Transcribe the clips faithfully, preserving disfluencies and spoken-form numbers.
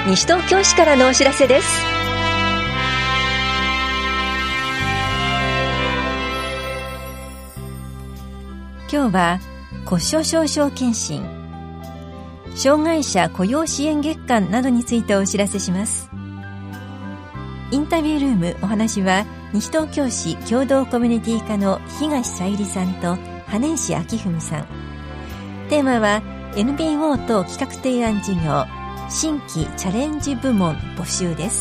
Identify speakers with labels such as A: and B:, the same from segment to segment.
A: 西東京市からのお知らせです。今日は骨粗しょう症検診、障害者雇用支援月間などについてお知らせします。インタビュールーム、お話は西東京市共同コミュニティ課の東さゆりさんと羽石明文さん。テーマは エヌビーオー 等企画提案事業新規チャレンジ部門募集です。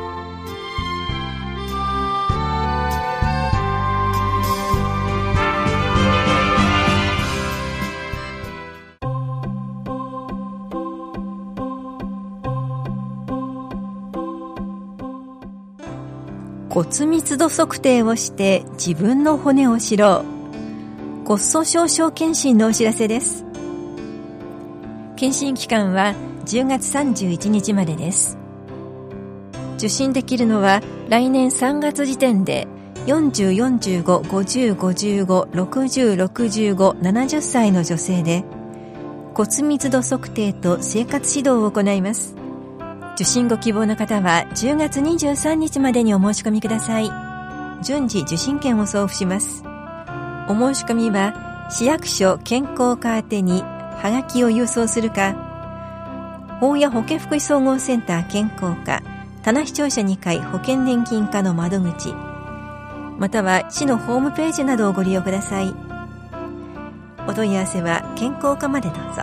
A: 骨密度測定をして自分の骨を知ろう。骨粗しょう症検診のお知らせです。検診期間はじゅうがつさんじゅういちにちまでです。受診できるのは来年さんがつ時点でよんじゅう、よんじゅうご、ごじゅう、ごじゅうご、ろくじゅう、ろくじゅうご、ななじゅっさいの女性で骨密度測定と生活指導を行います。受診ご希望の方はじゅうがつにじゅうさんにちまでにお申し込みください。順次受診券を送付します。お申し込みは市役所健康課宛てにはがきを郵送するか、法や保健福祉総合センター健康課棚視聴者にかい保険年金課の窓口、または市のホームページなどをご利用ください。お問い合わせは健康課までどうぞ。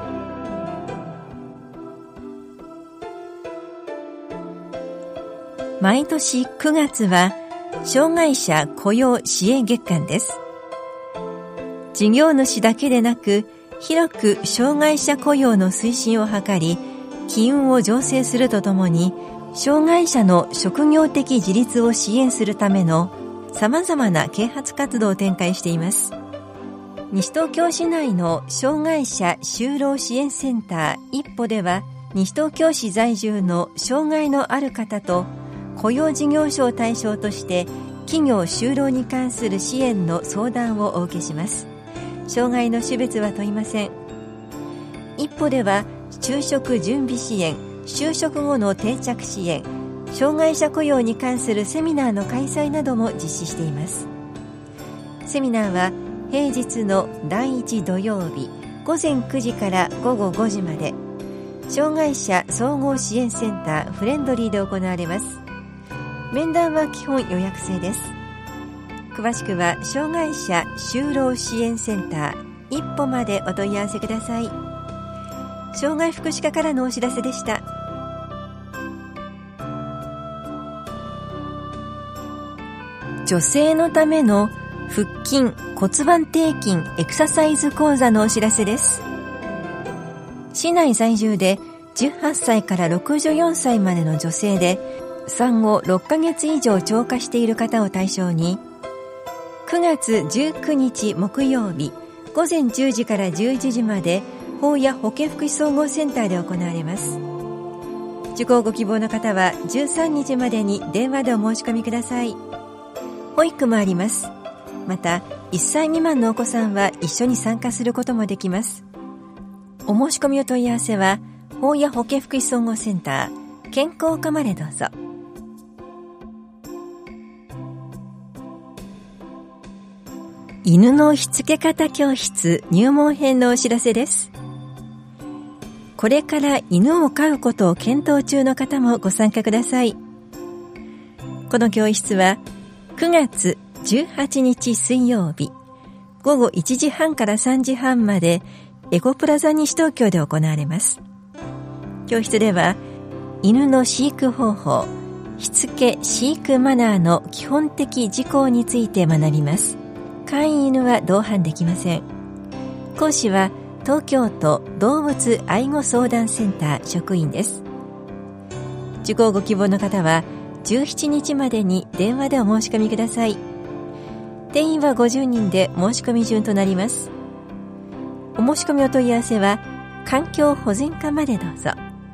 A: 毎年くがつは障害者雇用支援月間です。事業主だけでなく広く障害者雇用の推進を図り、機運を醸成するとともに障害者の職業的自立を支援するための様々な啓発活動を展開しています。西東京市内の障害者就労支援センター一歩では、西東京市在住の障害のある方と雇用事業所を対象として企業就労に関する支援の相談をお受けします。障害の種別は問いません。一歩では就職準備支援、就職後の定着支援、障害者雇用に関するセミナーの開催なども実施しています。セミナーは平日のだいいち土曜日ごぜんくじからごごごじまで、障害者総合支援センターフレンドリーで行われます。面談は基本予約制です。詳しくは障害者就労支援センター一歩までお問い合わせください。障害福祉課からのお知らせでした。女性のための腹筋骨盤底筋エクササイズ講座のお知らせです。市内在住でじゅうはっさいからろくじゅうよんさいまでの女性で産後ろっかげつ以上超過している方を対象に、くがつじゅうくにち木曜日ごぜんじゅうじからじゅういちじまで法や保健福祉総合センターで行われます。受講ご希望の方はじゅうさんにちまでに電話でお申し込みください。保育もあります。またいっさい未満のお子さんは一緒に参加することもできます。お申し込みお問い合わせは法や保健福祉総合センター健康課までどうぞ。犬のしつけ方教室入門編のお知らせです。これから犬を飼うことを検討中の方もご参加ください。この教室はくがつじゅうはちにち水曜日ごごいちじはんからさんじはんまでエコプラザ西東京で行われます。教室では犬の飼育方法、しつけ飼育マナーの基本的事項について学びます。飼い犬は同伴できません。講師は東京都動物愛護相談センター職員です。受講ご希望の方はじゅうしちにちまでに電話でお申し込みください。定員はごじゅうにんで申し込み順となります。お申し込みお問い合わせは環境保全課までどうぞ。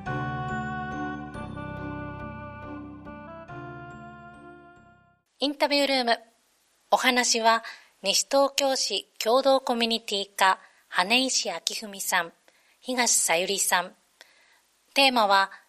B: インタビュールーム、お話は西東京市共同コミュニティ課羽石明文さん、東さゆりさん。テーマは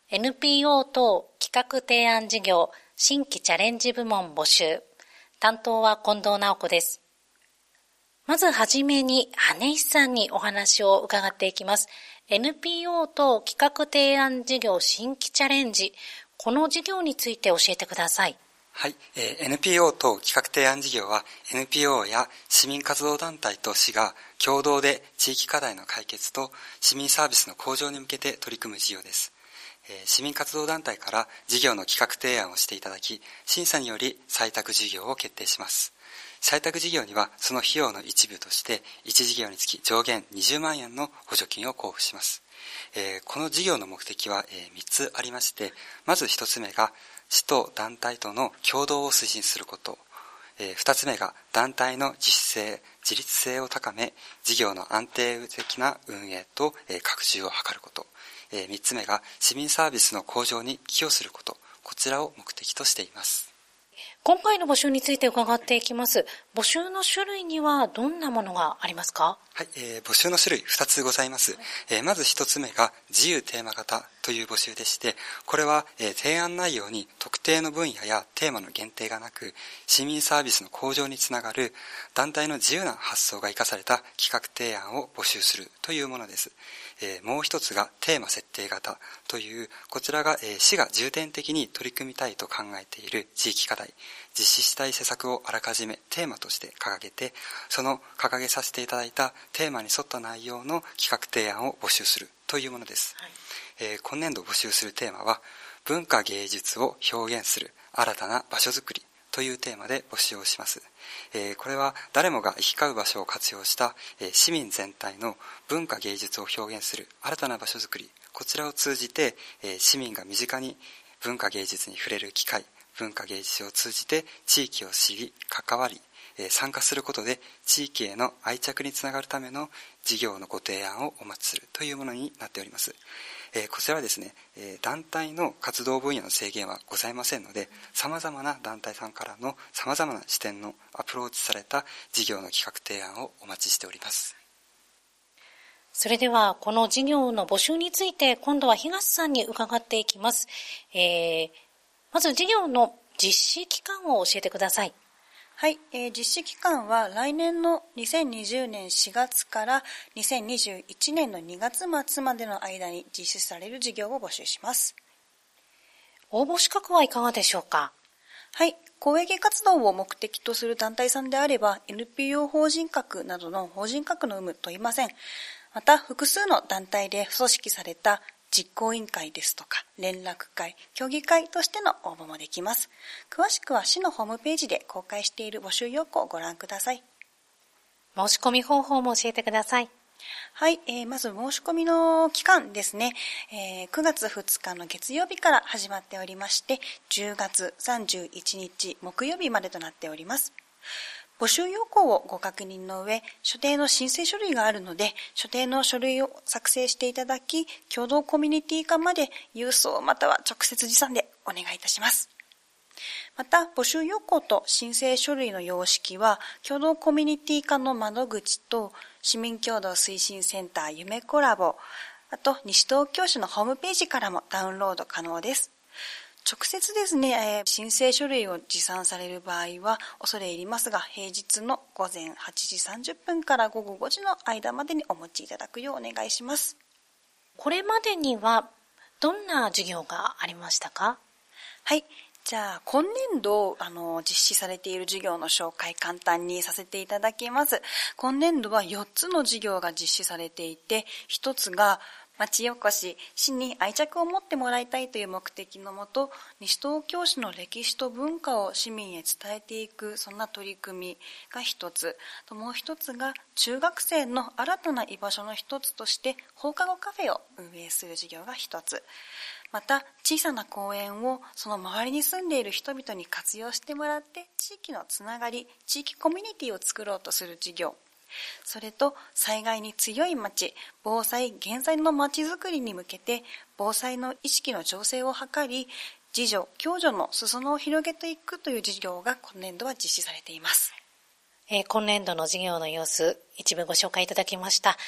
B: エヌピーオー 等企画提案事業新規チャレンジ部門募集。担当は近藤直子です。まずはじめに羽石さんにお話を伺っていきます。エヌピーオー 等企画提案事業新規チャレンジ。この事業について教えてください。
C: はい、えー、エヌピーオー 等企画提案事業は エヌピーオー や市民活動団体と市が共同で地域課題の解決と市民サービスの向上に向けて取り組む事業です。えー、市民活動団体から事業の企画提案をしていただき、審査により採択事業を決定します。採択事業にはその費用の一部としていち事業につき上限にじゅうまんえんの補助金を交付します。えー、この事業の目的は、えー、みっつありまして、まずひとつめが市と団体との共同を推進すること、えー、ふたつめが団体の自主性、自立性を高め、事業の安定的な運営と、えー、拡充を図ること、えー、みっつめが市民サービスの向上に寄与すること、こちらを目的としています。
B: 今回の募集について伺っていきます。募集の種類にはどんなものがありますか？
C: はい、えー、募集の種類ふたつございます。えー、まずひとつめが自由テーマ型という募集でして、これは、えー、提案内容に特定の分野やテーマの限定がなく、市民サービスの向上につながる団体の自由な発想が生かされた企画提案を募集するというものです。えー、もう一つがテーマ設定型という、こちらが、えー、市が重点的に取り組みたいと考えている地域課題、実施したい施策をあらかじめテーマとして掲げて、その掲げさせていただいたテーマに沿った内容の企画提案を募集するというものです。はい、えー、今年度募集するテーマは、文化芸術を表現する新たな場所づくりというテーマで募集をします。えー、これは誰もが行き交う場所を活用した、えー、市民全体の文化芸術を表現する新たな場所づくり、こちらを通じて、えー、市民が身近に文化芸術に触れる機会、文化芸術を通じて地域を知り、関わり、えー、参加することで地域への愛着につながるための事業のご提案をお待ちするというものになっております。えー、こちらはですね、えー、団体の活動分野の制限はございませんので、様々な団体さんからの様々な視点のアプローチされた事業の企画提案をお待ちしております。
B: それではこの事業の募集について今度は東さんに伺っていきます。えー、まず事業の実施期間を教えてください。
D: はい、えー、実施期間は来年のにせんにじゅうねんしがつからにせんにじゅういちねんのにがつまつまでの間に実施される事業を募集します。
B: 応募資格はいかがでしょうか？
D: はい、公益活動を目的とする団体さんであれば エヌピーオー 法人格などの法人格の有無問いません。また複数の団体で組織された実行委員会ですとか連絡会、協議会としての応募もできます。詳しくは市のホームページで公開している募集要項をご覧ください。
B: 申し込み方法も教えてください。
D: はい、えー、まず申し込みの期間ですね、えー、くがつふつかの月曜日から始まっておりまして、じゅうがつさんじゅういちにち木曜日までとなっております。募集要項をご確認の上、所定の申請書類があるので、所定の書類を作成していただき、共同コミュニティ課まで郵送または直接持参でお願いいたします。また、募集要項と申請書類の様式は、共同コミュニティ課の窓口と、市民共同推進センター夢コラボ、あと西東京市のホームページからもダウンロード可能です。直接ですね、えー、申請書類を持参される場合は恐れ入りますが、平日のごぜんはちじさんじゅっぷんからごごごじの間までにお持ちいただくようお願いします。
B: これまでにはどんな事業がありましたか？
D: はい。じゃあ、今年度、あの、実施されている事業の紹介簡単にさせていただきます。今年度はよっつの事業が実施されていて、ひとつが、町おこし、市に愛着を持ってもらいたいという目的のもと、西東京市の歴史と文化を市民へ伝えていく、そんな取り組みが一つ。もう一つが、中学生の新たな居場所の一つとして、放課後カフェを運営する事業が一つ。また、小さな公園をその周りに住んでいる人々に活用してもらって、地域のつながり、地域コミュニティを作ろうとする事業。それと、災害に強い町、防災減災の町づくりに向けて、防災の意識の醸成を図り、自助、共助の裾野を広げていくという事業が今年度は実施されています。
B: えー、今年度の事業の様子、一部ご紹介いただきました。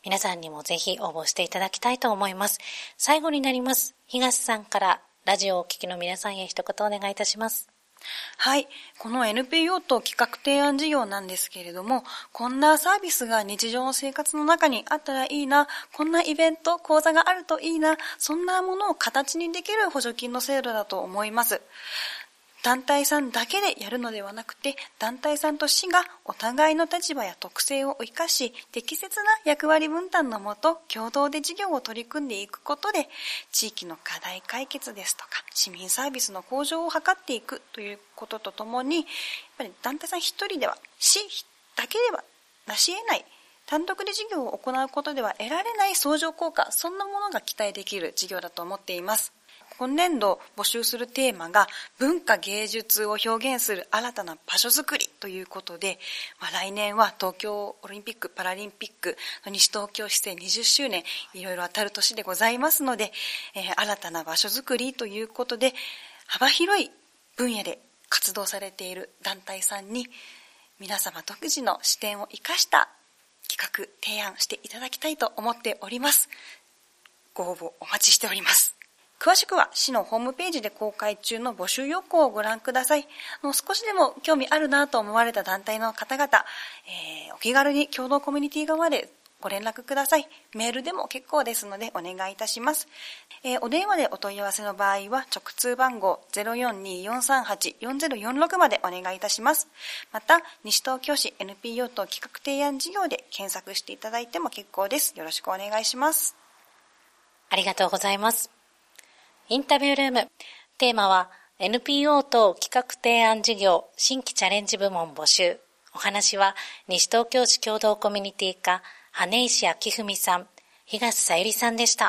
B: 皆さんにもぜひ応募していただきたいと思います。最後になります。東さんからラジオをお聞きの皆さんへ一言お願いいたします。
D: はい。この エヌピーオー と企画提案事業なんですけれども、こんなサービスが日常の生活の中にあったらいいな、こんなイベント、講座があるといいな、そんなものを形にできる補助金の制度だと思います。団体さんだけでやるのではなくて、団体さんと市がお互いの立場や特性を生かし、適切な役割分担のもと、共同で事業を取り組んでいくことで、地域の課題解決ですとか、市民サービスの向上を図っていくということとともに、やっぱり団体さん一人では、市だけでは成し得ない、単独で事業を行うことでは得られない相乗効果、そんなものが期待できる事業だと思っています。今年度募集するテーマが文化芸術を表現する新たな場所づくりということで、まあ、来年は東京オリンピック・パラリンピックの西東京市政にじゅっしゅうねん、いろいろ当たる年でございますので、えー、新たな場所づくりということで幅広い分野で活動されている団体さんに皆様独自の視点を生かした企画提案していただきたいと思っております。ご応募お待ちしております。詳しくは市のホームページで公開中の募集要項をご覧ください。あの少しでも興味あるなと思われた団体の方々、えー、お気軽に共同コミュニティ側でご連絡ください。メールでも結構ですのでお願いいたします。えー、お電話でお問い合わせの場合は直通番号 ゼロよんにーよんさんはちよんゼロよんろく までお願いいたします。また、西東京市 エヌピーオー と企画提案事業で検索していただいても結構です。よろしくお願いします。
B: ありがとうございます。インタビュールーム。テーマは エヌピーオー と企画提案事業新規チャレンジ部門募集。お話は西東京市共同コミュニティ課羽石明文さん、東さゆりさんでした。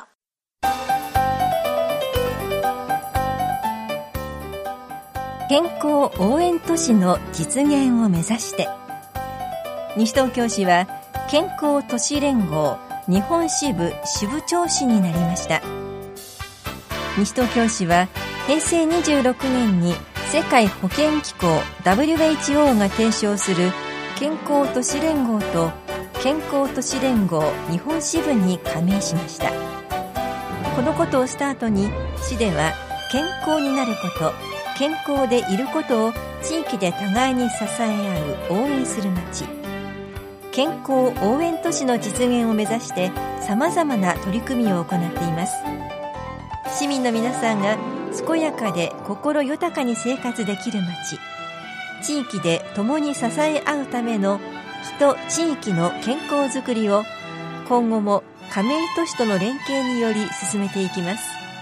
A: 健康応援都市の実現を目指して西東京市は健康都市連合日本支部支部長市になりました。西東京市は平成にじゅうろくねんに世界保健機構 ダブリューエイチオー が提唱する健康都市連合と健康都市連合日本支部に加盟しました。このことをスタートに市では健康になること、健康でいることを地域で互いに支え合う応援する街、健康応援都市の実現を目指して様々な取り組みを行っています。市民の皆さんが健やかで心豊かに生活できる街、地域で共に支え合うための人地域の健康づくりを今後も加盟都市との連携により進めていきます。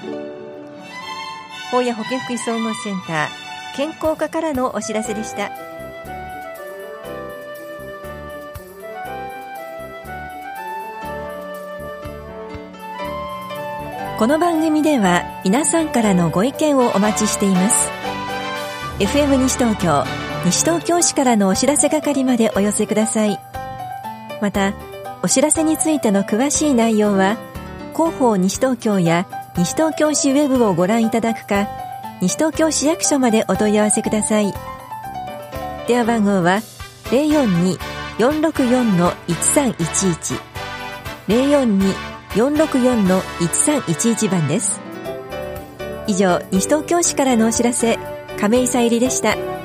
A: 保谷保健福祉総合センター健康課からのお知らせでした。この番組では皆さんからのご意見をお待ちしています。 エフエム 西東京西東京市からのお知らせ係までお寄せください。またお知らせについての詳しい内容は広報西東京や西東京市ウェブをご覧いただくか西東京市役所までお問い合わせください。電話番号は ゼロよんにーよんろくよんのいちさんいちいち ゼロよんにーよんろくよんのいちさんいちいち番です。以上、西東京市からのお知らせ、亀井さゆりでした。